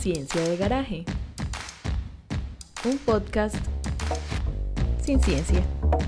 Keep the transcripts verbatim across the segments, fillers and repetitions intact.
Ciencia de Garaje, un podcast sin ciencia.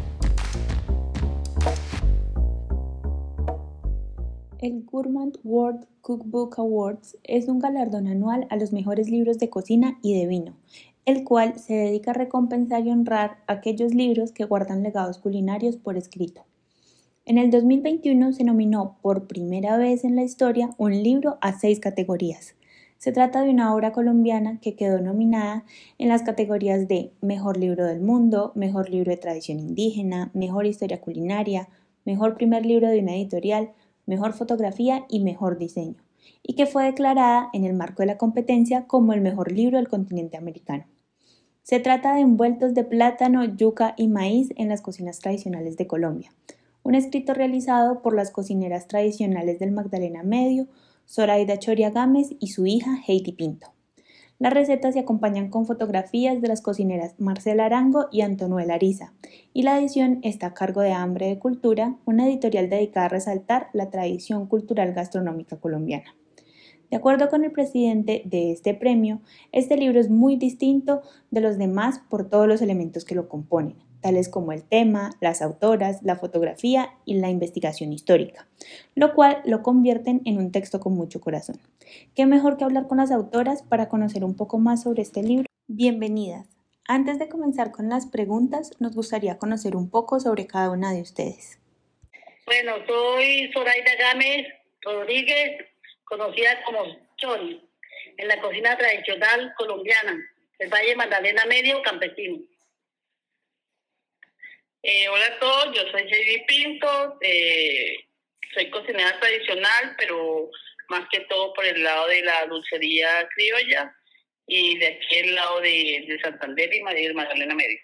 El Gourmand World Cookbook Awards es un galardón anual a los mejores libros de cocina y de vino, el cual se dedica a recompensar y honrar aquellos libros que guardan legados culinarios por escrito. En el dos mil veintiuno se nominó por primera vez en la historia un libro a seis categorías. Se trata de una obra colombiana que quedó nominada en las categorías de Mejor Libro del Mundo, Mejor Libro de Tradición Indígena, Mejor Historia Culinaria, Mejor Primer Libro de una Editorial, Mejor Fotografía y Mejor Diseño, y que fue declarada en el marco de la competencia como el mejor libro del continente americano. Se trata de Envueltos de plátano, yuca y maíz en las cocinas tradicionales de Colombia, un escrito realizado por las cocineras tradicionales del Magdalena Medio, Zoraida Choria Gámez y su hija Heidi Pinto. Las recetas se acompañan con fotografías de las cocineras Marcela Arango y Antonuela Ariza, y la edición está a cargo de Hambre de Cultura, una editorial dedicada a resaltar la tradición cultural gastronómica colombiana. De acuerdo con el presidente de este premio, este libro es muy distinto de los demás por todos los elementos que lo componen, tales como el tema, las autoras, la fotografía y la investigación histórica, lo cual lo convierten en un texto con mucho corazón. ¿Qué mejor que hablar con las autoras para conocer un poco más sobre este libro? Bienvenidas. Antes de comenzar con las preguntas, nos gustaría conocer un poco sobre cada una de ustedes. Bueno, soy Zoraida Gámez Rodríguez, conocida como Chori, en la cocina tradicional colombiana, del Valle Magdalena Medio, campesino. Eh, hola a todos, yo soy Heidi Pinto, eh, soy cocinera tradicional, pero más que todo por el lado de la dulcería criolla y de aquí el lado de, de Santander y Magdalena Medio.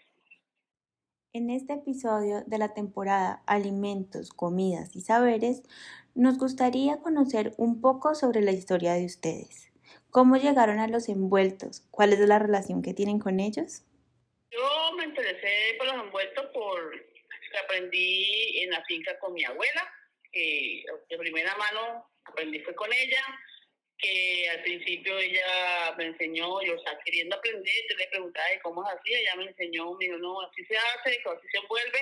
En este episodio de la temporada Alimentos, Comidas y Saberes, nos gustaría conocer un poco sobre la historia de ustedes. ¿Cómo llegaron a los envueltos? ¿Cuál es la relación que tienen con ellos? Yo me interesé por los envueltos porque aprendí en la finca con mi abuela, que de primera mano aprendí fue con ella, que al principio ella me enseñó, yo o sea, queriendo aprender, yo le preguntaba de cómo se hacía, ella me enseñó, me dijo, no, así se hace, así se envuelve,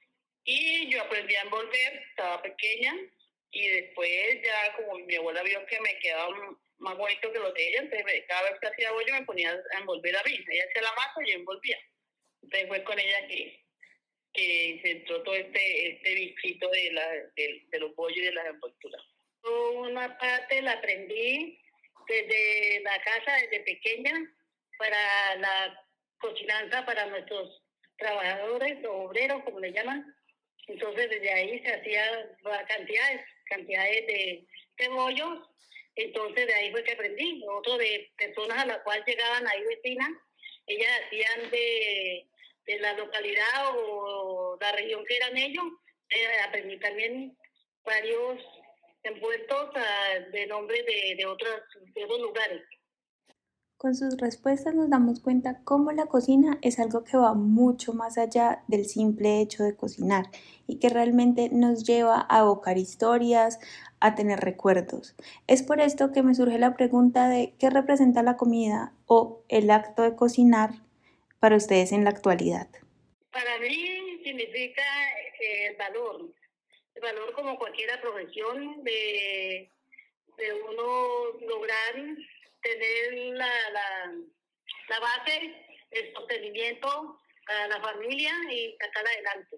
y yo aprendí a envolver, estaba pequeña, y después ya como mi abuela vio que me quedaba más bonito que los de ella, entonces cada vez que hacía bollo me ponía a envolver a mí, ella hacía la masa y yo envolvía. Entonces fue con ella que, que se entró todo este, este bichito de, la, de, de los bollos y de las envolturas. Una parte la aprendí desde la casa, desde pequeña, para la cocinanza para nuestros trabajadores o obreros, como le llaman. Entonces desde ahí se hacían cantidades, cantidades de, de bollos. Entonces de ahí fue que aprendí. Otro de personas a las cuales llegaban ahí vecinas, ellas hacían de, de la localidad o la región que eran ellos. Eh, aprendí también varios envueltos uh, de nombres de, de, otros, de otros lugares. Con sus respuestas nos damos cuenta cómo la cocina es algo que va mucho más allá del simple hecho de cocinar y que realmente nos lleva a evocar historias, a tener recuerdos. Es por esto que me surge la pregunta de qué representa la comida o el acto de cocinar para ustedes en la actualidad. Para mí significa eh, el valor, el valor como cualquier profesión de, de uno lograr tener la, la, la base, el sostenimiento para la familia y sacar adelante.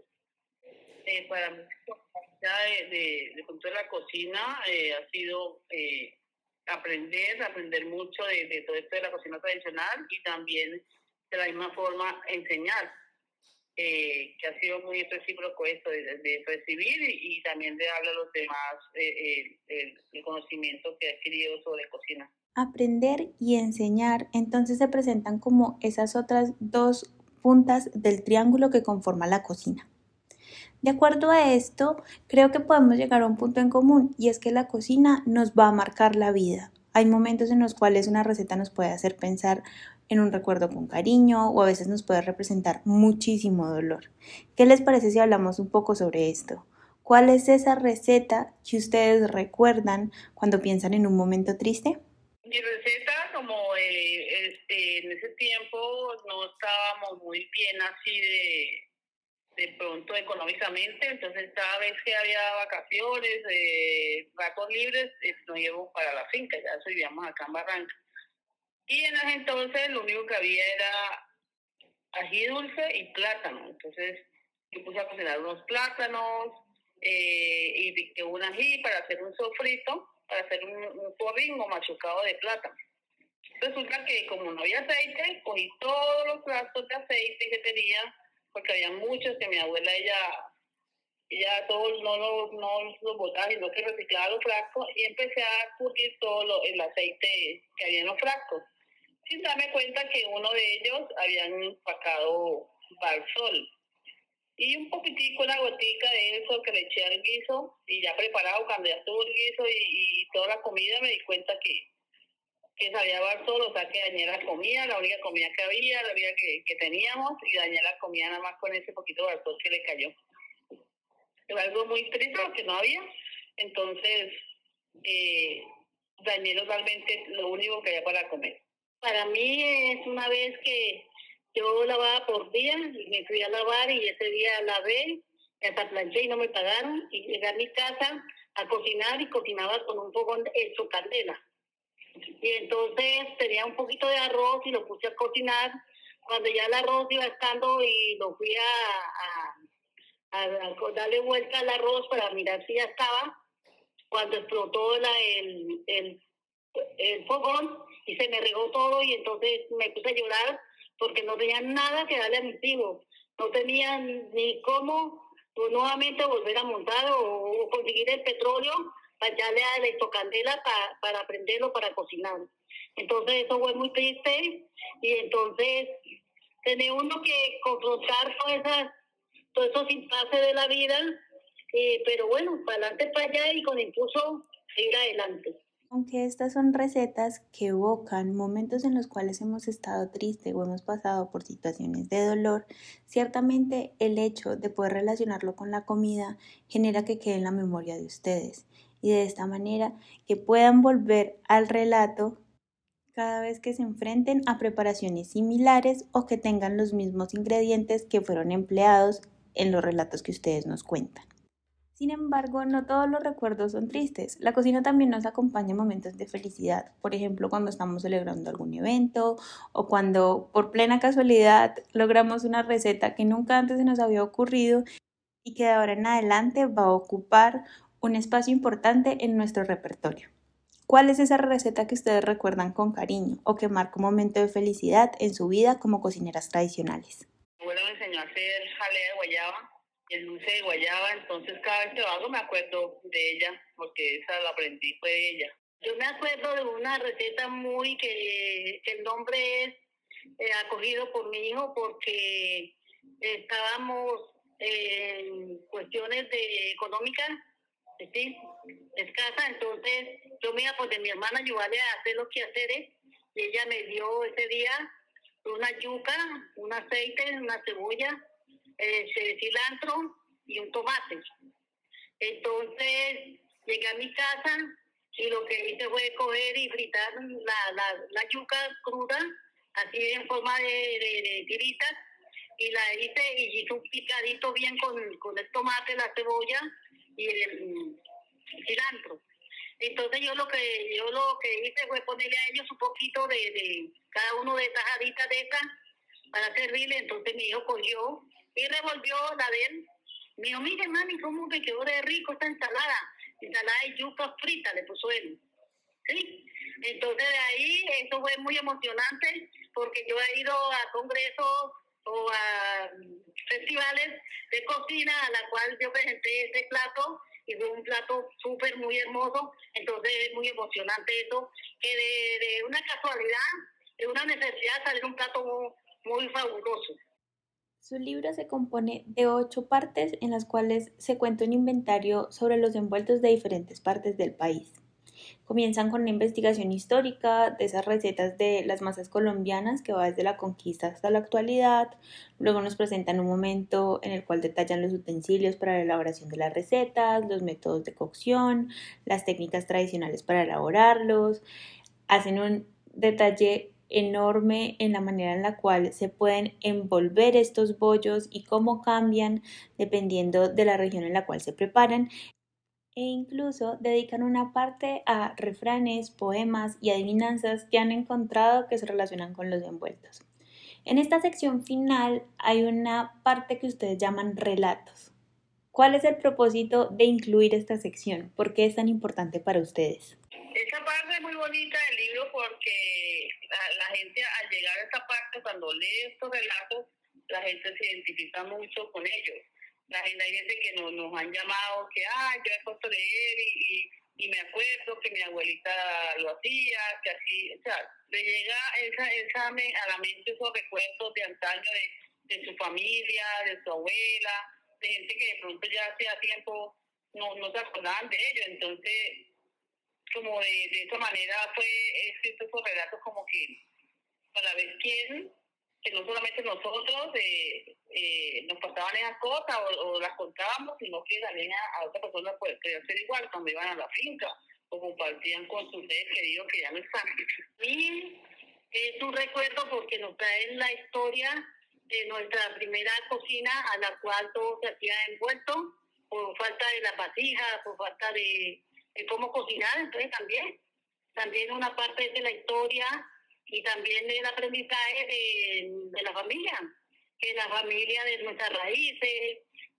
Eh, para mí, ya de, de, de punto de la cocina eh, ha sido eh, aprender, aprender mucho de, de todo esto de la cocina tradicional y también de la misma forma enseñar, eh, que ha sido muy recíproco esto de, de recibir y, y también de darle a los demás eh, el, el conocimiento que he adquirido sobre cocina. Aprender y enseñar, entonces se presentan como esas otras dos puntas del triángulo que conforma la cocina. De acuerdo a esto, creo que podemos llegar a un punto en común y es que la cocina nos va a marcar la vida. Hay momentos en los cuales una receta nos puede hacer pensar en un recuerdo con cariño o a veces nos puede representar muchísimo dolor. ¿Qué les parece si hablamos un poco sobre esto? ¿Cuál es esa receta que ustedes recuerdan cuando piensan en un momento triste? Mi receta, como eh, este, en ese tiempo no estábamos muy bien así de, de pronto económicamente, entonces cada vez que había vacaciones, eh, ratos libres, eh, nos íbamos para la finca, ya eso vivíamos acá en Barranca. Y en ese entonces lo único que había era ají dulce y plátano. Entonces yo puse a cocinar unos plátanos eh, y piqué un ají para hacer un sofrito, para hacer un, un porrín o machucado de plátano. Resulta que como no había aceite, cogí todos los frascos de aceite que tenía, porque había muchos que mi abuela, ella, ella todos no, no, no los botaba, sino que reciclaba los frascos, y empecé a curtir todo lo, el aceite que había en los frascos, sin darme cuenta que uno de ellos habían empacado Barsol. Y un poquitico, una gotica de eso que le eché al guiso, y ya preparado, cuando ya estuvo el guiso y, y toda la comida, me di cuenta que, que sabía Barsol, o sea que dañé la comida, la única comida que había, la única que, que teníamos, y dañé la comida nada más con ese poquito de Barsol que le cayó. Era algo muy triste porque no había, entonces eh, dañé totalmente lo único que había para comer. Para mí es una vez que yo lavaba por día y me fui a lavar y ese día lavé, hasta planché y no me pagaron, y llegué a mi casa a cocinar y cocinaba con un fogón hecho candela. Y entonces tenía un poquito de arroz y lo puse a cocinar. Cuando ya el arroz iba estando y lo fui a, a, a, a darle vuelta al arroz para mirar si ya estaba, cuando explotó la, el, el, el fogón y se me regó todo, y entonces me puse a llorar porque no tenía nada que darle a mis hijos. No tenía ni cómo pues, nuevamente volver a montar o, o conseguir el petróleo para echarle a la electrocandela para, para prenderlo, para cocinar. Entonces eso fue muy triste, y entonces tiene uno que confrontar todas esas, todos esos impases de la vida, eh, pero bueno, para adelante, para allá, y con impulso seguir adelante. Aunque estas son recetas que evocan momentos en los cuales hemos estado tristes o hemos pasado por situaciones de dolor, ciertamente el hecho de poder relacionarlo con la comida genera que quede en la memoria de ustedes, y de esta manera que puedan volver al relato cada vez que se enfrenten a preparaciones similares o que tengan los mismos ingredientes que fueron empleados en los relatos que ustedes nos cuentan. Sin embargo, no todos los recuerdos son tristes. La cocina también nos acompaña en momentos de felicidad, por ejemplo, cuando estamos celebrando algún evento o cuando por plena casualidad logramos una receta que nunca antes se nos había ocurrido y que de ahora en adelante va a ocupar un espacio importante en nuestro repertorio. ¿Cuál es esa receta que ustedes recuerdan con cariño o que marca un momento de felicidad en su vida como cocineras tradicionales? Mi abuela me enseñó a hacer jalea de guayaba, el dulce de guayaba, entonces cada vez que lo hago me acuerdo de ella, porque esa la aprendí fue de ella. Yo me acuerdo de una receta muy que, que el nombre es eh, acogido por mi hijo, porque estábamos en cuestiones de económicas, ¿sí? Escasa, entonces yo me iba pues de mi hermana a ayudarle a hacer los quehaceres, y ella me dio ese día una yuca, un aceite, una cebolla, eh, cilantro y un tomate. Entonces llegué a mi casa y lo que hice fue coger y fritar la, la, la yuca cruda, así en forma de, de, de tiritas, y la hice y hice un picadito bien con, con el tomate, la cebolla y el cilantro. Entonces yo lo que yo lo que hice fue ponerle a ellos un poquito de, de cada uno de esas jaritas de esas para servirle. Entonces mi hijo cogió y revolvió la de él. Me dijo, mire mami, cómo me quedó de rico esta ensalada. Ensalada de yuca frita le puso él. ¿Sí? Entonces de ahí eso fue muy emocionante, porque yo he ido a congresos o a festivales de cocina a la cual yo presenté ese plato, y fue un plato súper muy hermoso. Entonces es muy emocionante eso, que de, de una casualidad, de una necesidad, sale un plato muy, muy fabuloso. Su libro se compone de ocho partes en las cuales se cuenta un inventario sobre los envueltos de diferentes partes del país. Comienzan con una investigación histórica de esas recetas de las masas colombianas que va desde la conquista hasta la actualidad. Luego nos presentan un momento en el cual detallan los utensilios para la elaboración de las recetas, los métodos de cocción, las técnicas tradicionales para elaborarlos. hacen un detalle enorme en la manera en la cual se pueden envolver estos bollos y cómo cambian dependiendo de la región en la cual se preparan. E incluso dedican una parte a refranes, poemas y adivinanzas que han encontrado que se relacionan con los envueltos. En esta sección final hay una parte que ustedes llaman relatos. ¿Cuál es el propósito de incluir esta sección? ¿Por qué es tan importante para ustedes? Esa parte es muy bonita del libro porque la, la gente al llegar a esta parte, cuando lee estos relatos, la gente se identifica mucho con ellos. La gente, hay gente que nos, nos han llamado que, ah, yo he puesto a leer y, y, y me acuerdo que mi abuelita lo hacía, que así, o sea, le llega esa, esa a la mente esos recuerdos de antaño de, de su familia, de su abuela, de gente que de pronto ya hacía tiempo no, no se acordaban de ellos. Entonces, como de, de esa manera fue escrito esos relatos como que para ver quién, que no solamente nosotros eh, eh, nos pasaban esas cosas o, o las contábamos, sino que también a, a otra persona puede, puede hacer igual cuando iban a la finca o compartían con sus seres queridos que ya no están. Y es un recuerdo porque nos traen la historia de nuestra primera cocina a la cual todo se hacía envuelto por falta de las vasijas, por falta de, de cómo cocinar. Entonces también, también una parte de la historia y también el aprendizaje de, de la familia, que la familia de nuestras raíces,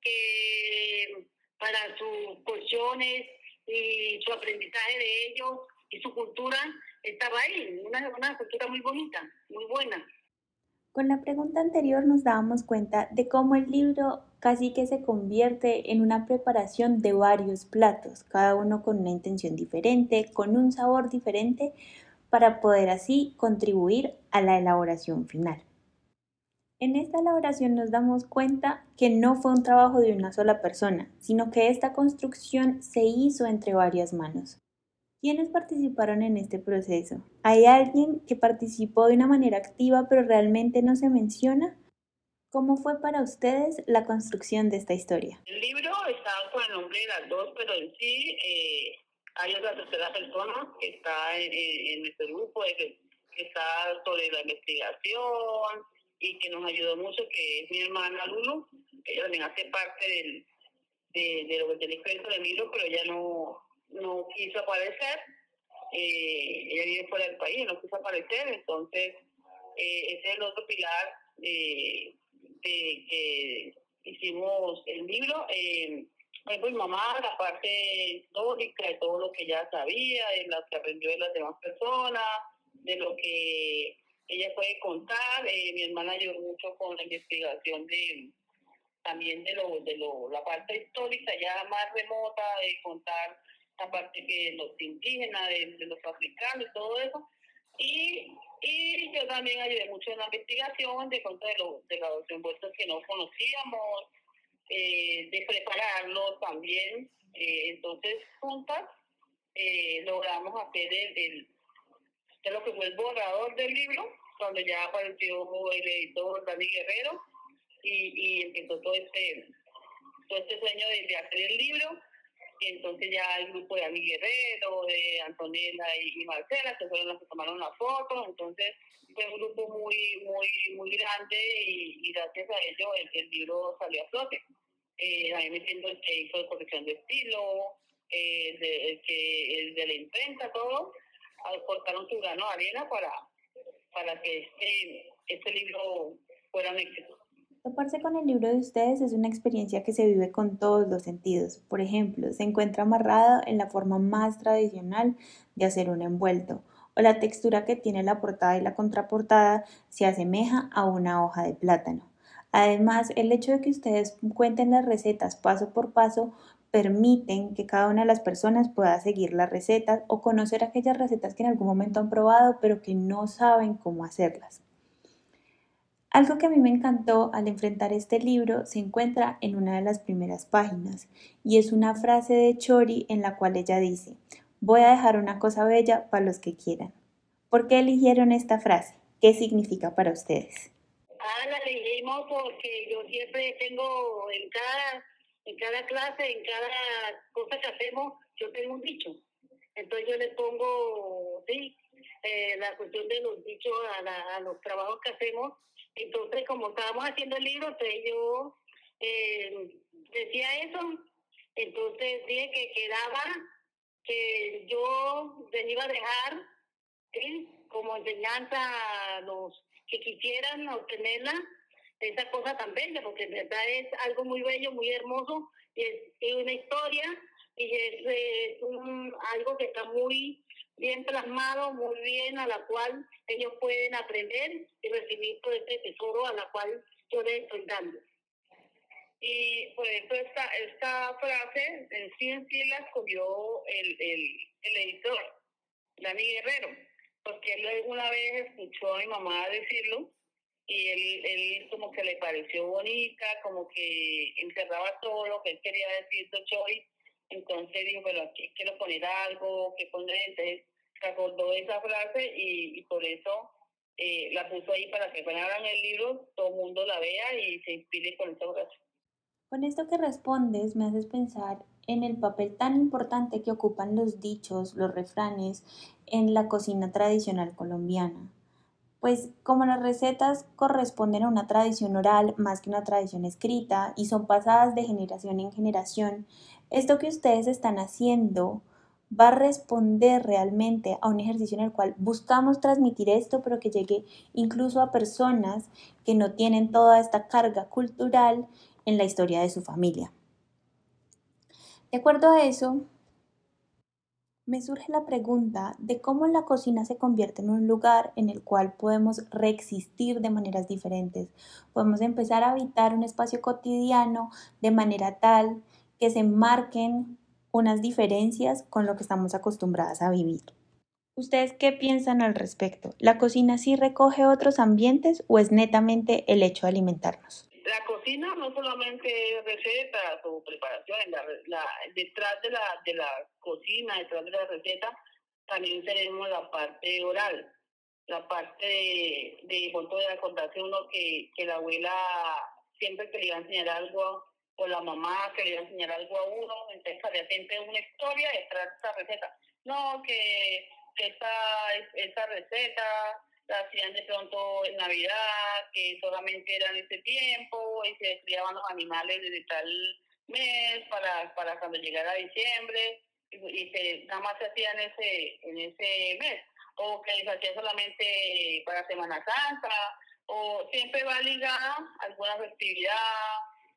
que para sus cuestiones y su aprendizaje de ellos y su cultura estaba ahí, una, una cultura muy bonita, muy buena. Con la pregunta anterior nos dábamos cuenta de cómo el libro casi que se convierte en una preparación de varios platos, cada uno con una intención diferente, con un sabor diferente, para poder así contribuir a la elaboración final. En esta elaboración nos damos cuenta que no fue un trabajo de una sola persona, sino que esta construcción se hizo entre varias manos. ¿Quiénes participaron en este proceso? ¿Hay alguien que participó de una manera activa pero realmente no se menciona? ¿Cómo fue para ustedes la construcción de esta historia? El libro está con el nombre de las dos, pero en sí eh, hay otra tercera persona que está en, en, en este grupo, que, que está sobre la investigación y que nos ayudó mucho, que es mi hermana Lulu. Ella también hace parte del, de, de lo del escrito del libro, pero ella no, no quiso aparecer. Eh, ella vive fuera del país, no quiso aparecer, entonces eh, ese es el otro pilar eh, de que hicimos el libro. Eh, por ejemplo, mi mamá, la parte histórica de todo lo que ella sabía, de lo que aprendió de las demás personas, de lo que ella puede contar. Eh, mi hermana ayudó mucho con la investigación de también de lo de lo la parte histórica ya más remota, de contar la parte que los indígenas, de, de los africanos y todo eso. Y, y yo también ayudé mucho en la investigación de contra de, lo, de los envueltos que no conocíamos, eh, de prepararlos también. Eh, entonces, juntas eh, logramos hacer el, el, de lo que fue el borrador del libro, cuando ya apareció el editor Dani Guerrero y, y empezó todo este, todo este sueño de, de hacer el libro. Y entonces ya el grupo de Dani Guerrero, de Antonella y, y Marcela, que fueron los que tomaron la foto. Entonces fue un grupo muy muy muy grande y, y gracias a ello el, el libro salió a flote. Eh, ahí metiendo el que hizo de corrección de estilo, eh, de, el, que, el de la imprenta, todo, aportaron su grano de arena para, para que este, este libro fuera un éxito. Toparse con el libro de ustedes es una experiencia que se vive con todos los sentidos. Por ejemplo, se encuentra amarrado en la forma más tradicional de hacer un envuelto, o la textura que tiene la portada y la contraportada se asemeja a una hoja de plátano. Además, el hecho de que ustedes cuenten las recetas paso por paso permiten que cada una de las personas pueda seguir las recetas o conocer aquellas recetas que en algún momento han probado pero que no saben cómo hacerlas. Algo que a mí me encantó al enfrentar este libro se encuentra en una de las primeras páginas y es una frase de Chori en la cual ella dice: voy a dejar una cosa bella para los que quieran. ¿Por qué eligieron esta frase? ¿Qué significa para ustedes? Ah, la elegimos porque yo siempre tengo en cada, en cada clase, en cada cosa que hacemos, yo tengo un dicho. Entonces yo le pongo, sí, eh, la cuestión de los dichos a, la, a los trabajos que hacemos. Entonces, como estábamos haciendo el libro, entonces yo eh, decía eso, entonces dije que quedaba, que yo les iba a dejar, ¿sí?, como enseñanza a los que quisieran obtenerla, esa cosa tan bella, porque en verdad es algo muy bello, muy hermoso, y es, es una historia, y es eh, un, algo que está muy bien plasmado, muy bien, a la cual ellos pueden aprender y recibir todo este tesoro a la cual yo les estoy dando. Y por eso esta, esta frase en sí en sí la escogió el, el, el editor, Dani Guerrero, porque él alguna vez escuchó a mi mamá decirlo y él, él como que le pareció bonita, como que encerraba todo lo que él quería decir de Choy. Entonces dijo, bueno, aquí quiero poner algo, que poner, entonces se acordó de esa frase y, y por eso eh, la puso ahí para que cuando abran el libro todo el mundo la vea y se inspire con esa frase. Con esto que respondes me haces pensar en el papel tan importante que ocupan los dichos, los refranes, en la cocina tradicional colombiana. Pues como las recetas corresponden a una tradición oral más que una tradición escrita y son pasadas de generación en generación, esto que ustedes están haciendo va a responder realmente a un ejercicio en el cual buscamos transmitir esto, pero que llegue incluso a personas que no tienen toda esta carga cultural en la historia de su familia. De acuerdo a eso, me surge la pregunta de cómo la cocina se convierte en un lugar en el cual podemos reexistir de maneras diferentes. Podemos empezar a habitar un espacio cotidiano de manera tal que se marquen unas diferencias con lo que estamos acostumbradas a vivir. ¿Ustedes qué piensan al respecto? ¿La cocina sí recoge otros ambientes o es netamente el hecho de alimentarnos? La cocina no solamente es recetas o preparaciones, la, la, detrás de la, de la cocina, detrás de la receta, también tenemos la parte oral, la parte de, de pronto de acordarse uno que, que la abuela siempre que le iba a enseñar algo, o la mamá que le iba a enseñar algo a uno, entonces había siempre una historia detrás de esa receta. No, que, que esa, esa receta la hacían de pronto en Navidad, que solamente era en ese tiempo, y se criaban los animales desde tal mes para, para cuando llegara diciembre, y, y se, nada más se hacía en ese, en ese mes, o que se hacía solamente para Semana Santa, o siempre va ligada a alguna festividad.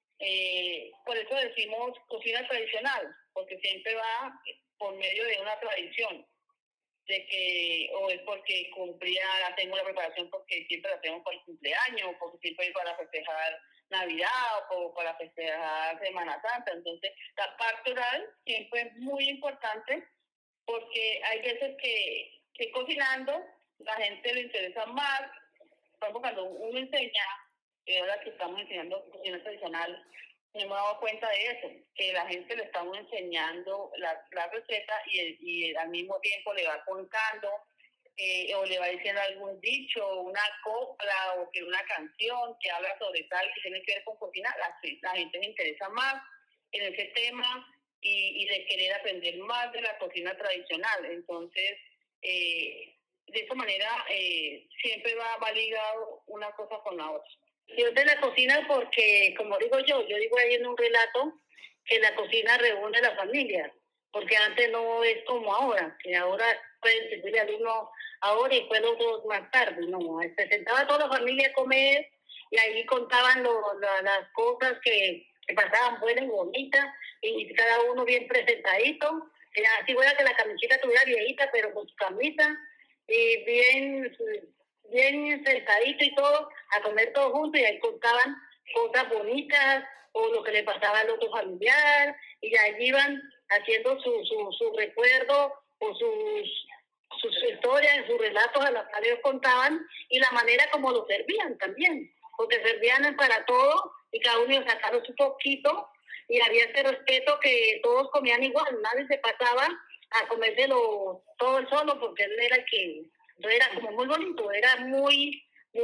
Eh, por eso decimos cocina tradicional, porque siempre va por medio de una tradición, de que o es porque cumplía, hacemos la preparación porque siempre la hacemos para el cumpleaños, porque siempre es para festejar Navidad o para festejar Semana Santa. Entonces la parte oral siempre es muy importante porque hay veces que, que cocinando la gente le interesa más. Por ejemplo, cuando uno enseña, y ahora que estamos enseñando cocina tradicional, me he dado cuenta de eso, que la gente le estamos enseñando la, la receta y, y al mismo tiempo le va contando eh, o le va diciendo algún dicho, una copla o que una canción que habla sobre tal que tiene que ver con cocina. La, la gente se interesa más en ese tema y, y de querer aprender más de la cocina tradicional. Entonces, eh, de esa manera eh, siempre va, va ligado una cosa con la otra. Yo de la cocina porque, como digo yo, yo digo ahí en un relato que la cocina reúne a la familia, porque antes no es como ahora, que ahora pueden servirle al uno ahora y después los otros más tarde, no, se sentaba toda la familia a comer y ahí contaban lo, lo, las cosas que, que pasaban buenas y bonitas y cada uno bien presentadito, así fuera que la camiseta tuviera viejita pero con su camisa y bien... bien sentadito y todo, a comer todos juntos y ahí contaban cosas bonitas o lo que le pasaba al otro familiar y allí iban haciendo su, su, su recuerdo o sus, sus historias, sus relatos a los que ellos contaban y la manera como lo servían también, porque servían para todo y cada uno iba sacando su poquito y había ese respeto que todos comían igual, nadie se pasaba a comérselo todo el solo porque él era el que... Era como muy bonito, era muy,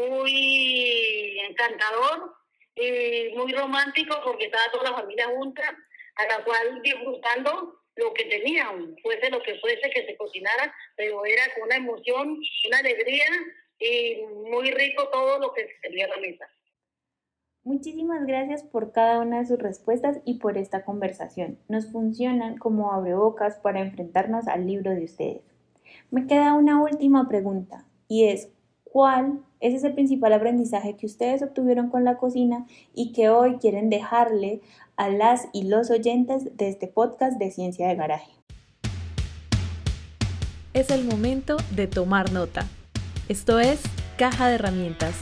muy encantador y muy romántico porque estaba toda la familia junta, a la cual disfrutando lo que tenían, fuese lo que fuese que se cocinara, pero era con una emoción, una alegría y muy rico todo lo que se tenía en la mesa. Muchísimas gracias por cada una de sus respuestas y por esta conversación. Nos funcionan como abrebocas para enfrentarnos al libro de ustedes. Me queda una última pregunta y es, ¿cuál es ese principal aprendizaje que ustedes obtuvieron con la cocina y que hoy quieren dejarle a las y los oyentes de este podcast de Ciencia de Garaje? Es el momento de tomar nota. Esto es Caja de Herramientas.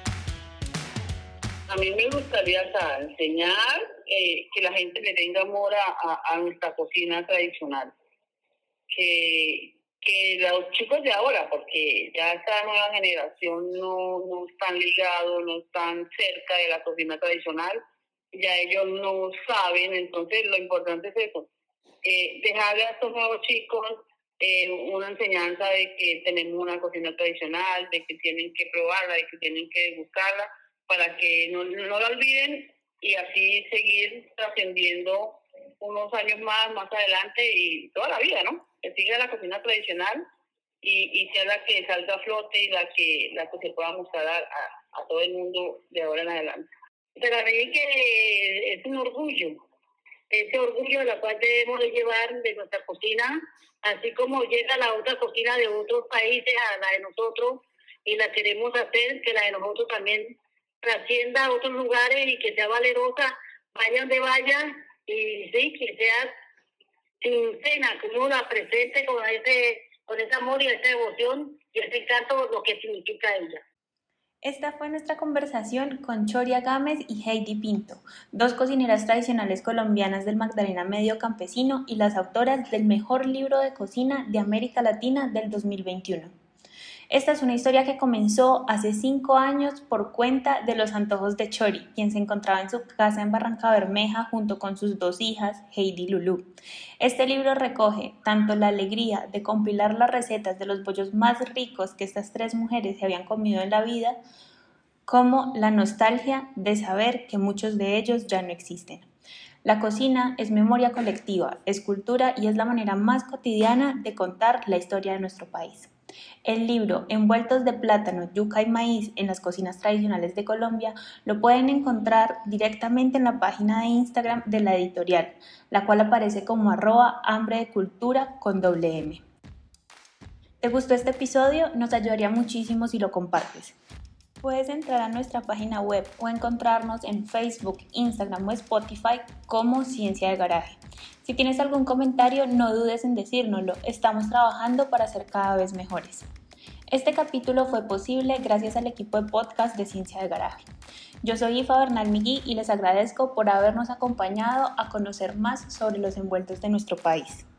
A mí me gustaría o sea, enseñar eh, que la gente le tenga amor a, a, a nuestra cocina tradicional. Que, que los chicos de ahora, porque ya esta nueva generación no, no están ligados, no están cerca de la cocina tradicional, ya ellos no saben, entonces lo importante es eso, eh, dejarle a estos nuevos chicos eh, una enseñanza de que tenemos una cocina tradicional, de que tienen que probarla, de que tienen que buscarla, para que no, no la olviden y así seguir trascendiendo unos años más, más adelante y toda la vida, ¿no? Que siga la cocina tradicional y, y sea la que salga a flote y la que, la que se pueda mostrar a, a, a todo el mundo de ahora en adelante. Para mí que es un orgullo, ese orgullo de la cual debemos de llevar de nuestra cocina, así como llega la otra cocina de otros países a la de nosotros y la queremos hacer, que la de nosotros también trascienda a otros lugares y que sea valerosa, vaya donde vaya y sí, que sea sincera, que uno la presente con ese, con ese amor y esa devoción y ese encanto, lo que significa ella. Esta fue nuestra conversación con Choria Gámez y Heidi Pinto, dos cocineras tradicionales colombianas del Magdalena Medio Campesino y las autoras del mejor libro de cocina de América Latina del dos mil veintiuno. Esta es una historia que comenzó hace cinco años por cuenta de los antojos de Chori, quien se encontraba en su casa en Barranca Bermeja junto con sus dos hijas, Heidi y Lulú. Este libro recoge tanto la alegría de compilar las recetas de los bollos más ricos que estas tres mujeres se habían comido en la vida, como la nostalgia de saber que muchos de ellos ya no existen. La cocina es memoria colectiva, es cultura y es la manera más cotidiana de contar la historia de nuestro país. El libro Envueltos de plátano, yuca y maíz en las cocinas tradicionales de Colombia lo pueden encontrar directamente en la página de Instagram de la editorial, la cual aparece como arroba hambre de cultura con doble M. ¿Te gustó este episodio? Nos ayudaría muchísimo si lo compartes. Puedes entrar a nuestra página web o encontrarnos en Facebook, Instagram o Spotify como Ciencia de Garaje. Si tienes algún comentario, no dudes en decírnoslo. Estamos trabajando para ser cada vez mejores. Este capítulo fue posible gracias al equipo de podcast de Ciencia de Garaje. Yo soy Ifa Bernal Migui y les agradezco por habernos acompañado a conocer más sobre los envueltos de nuestro país.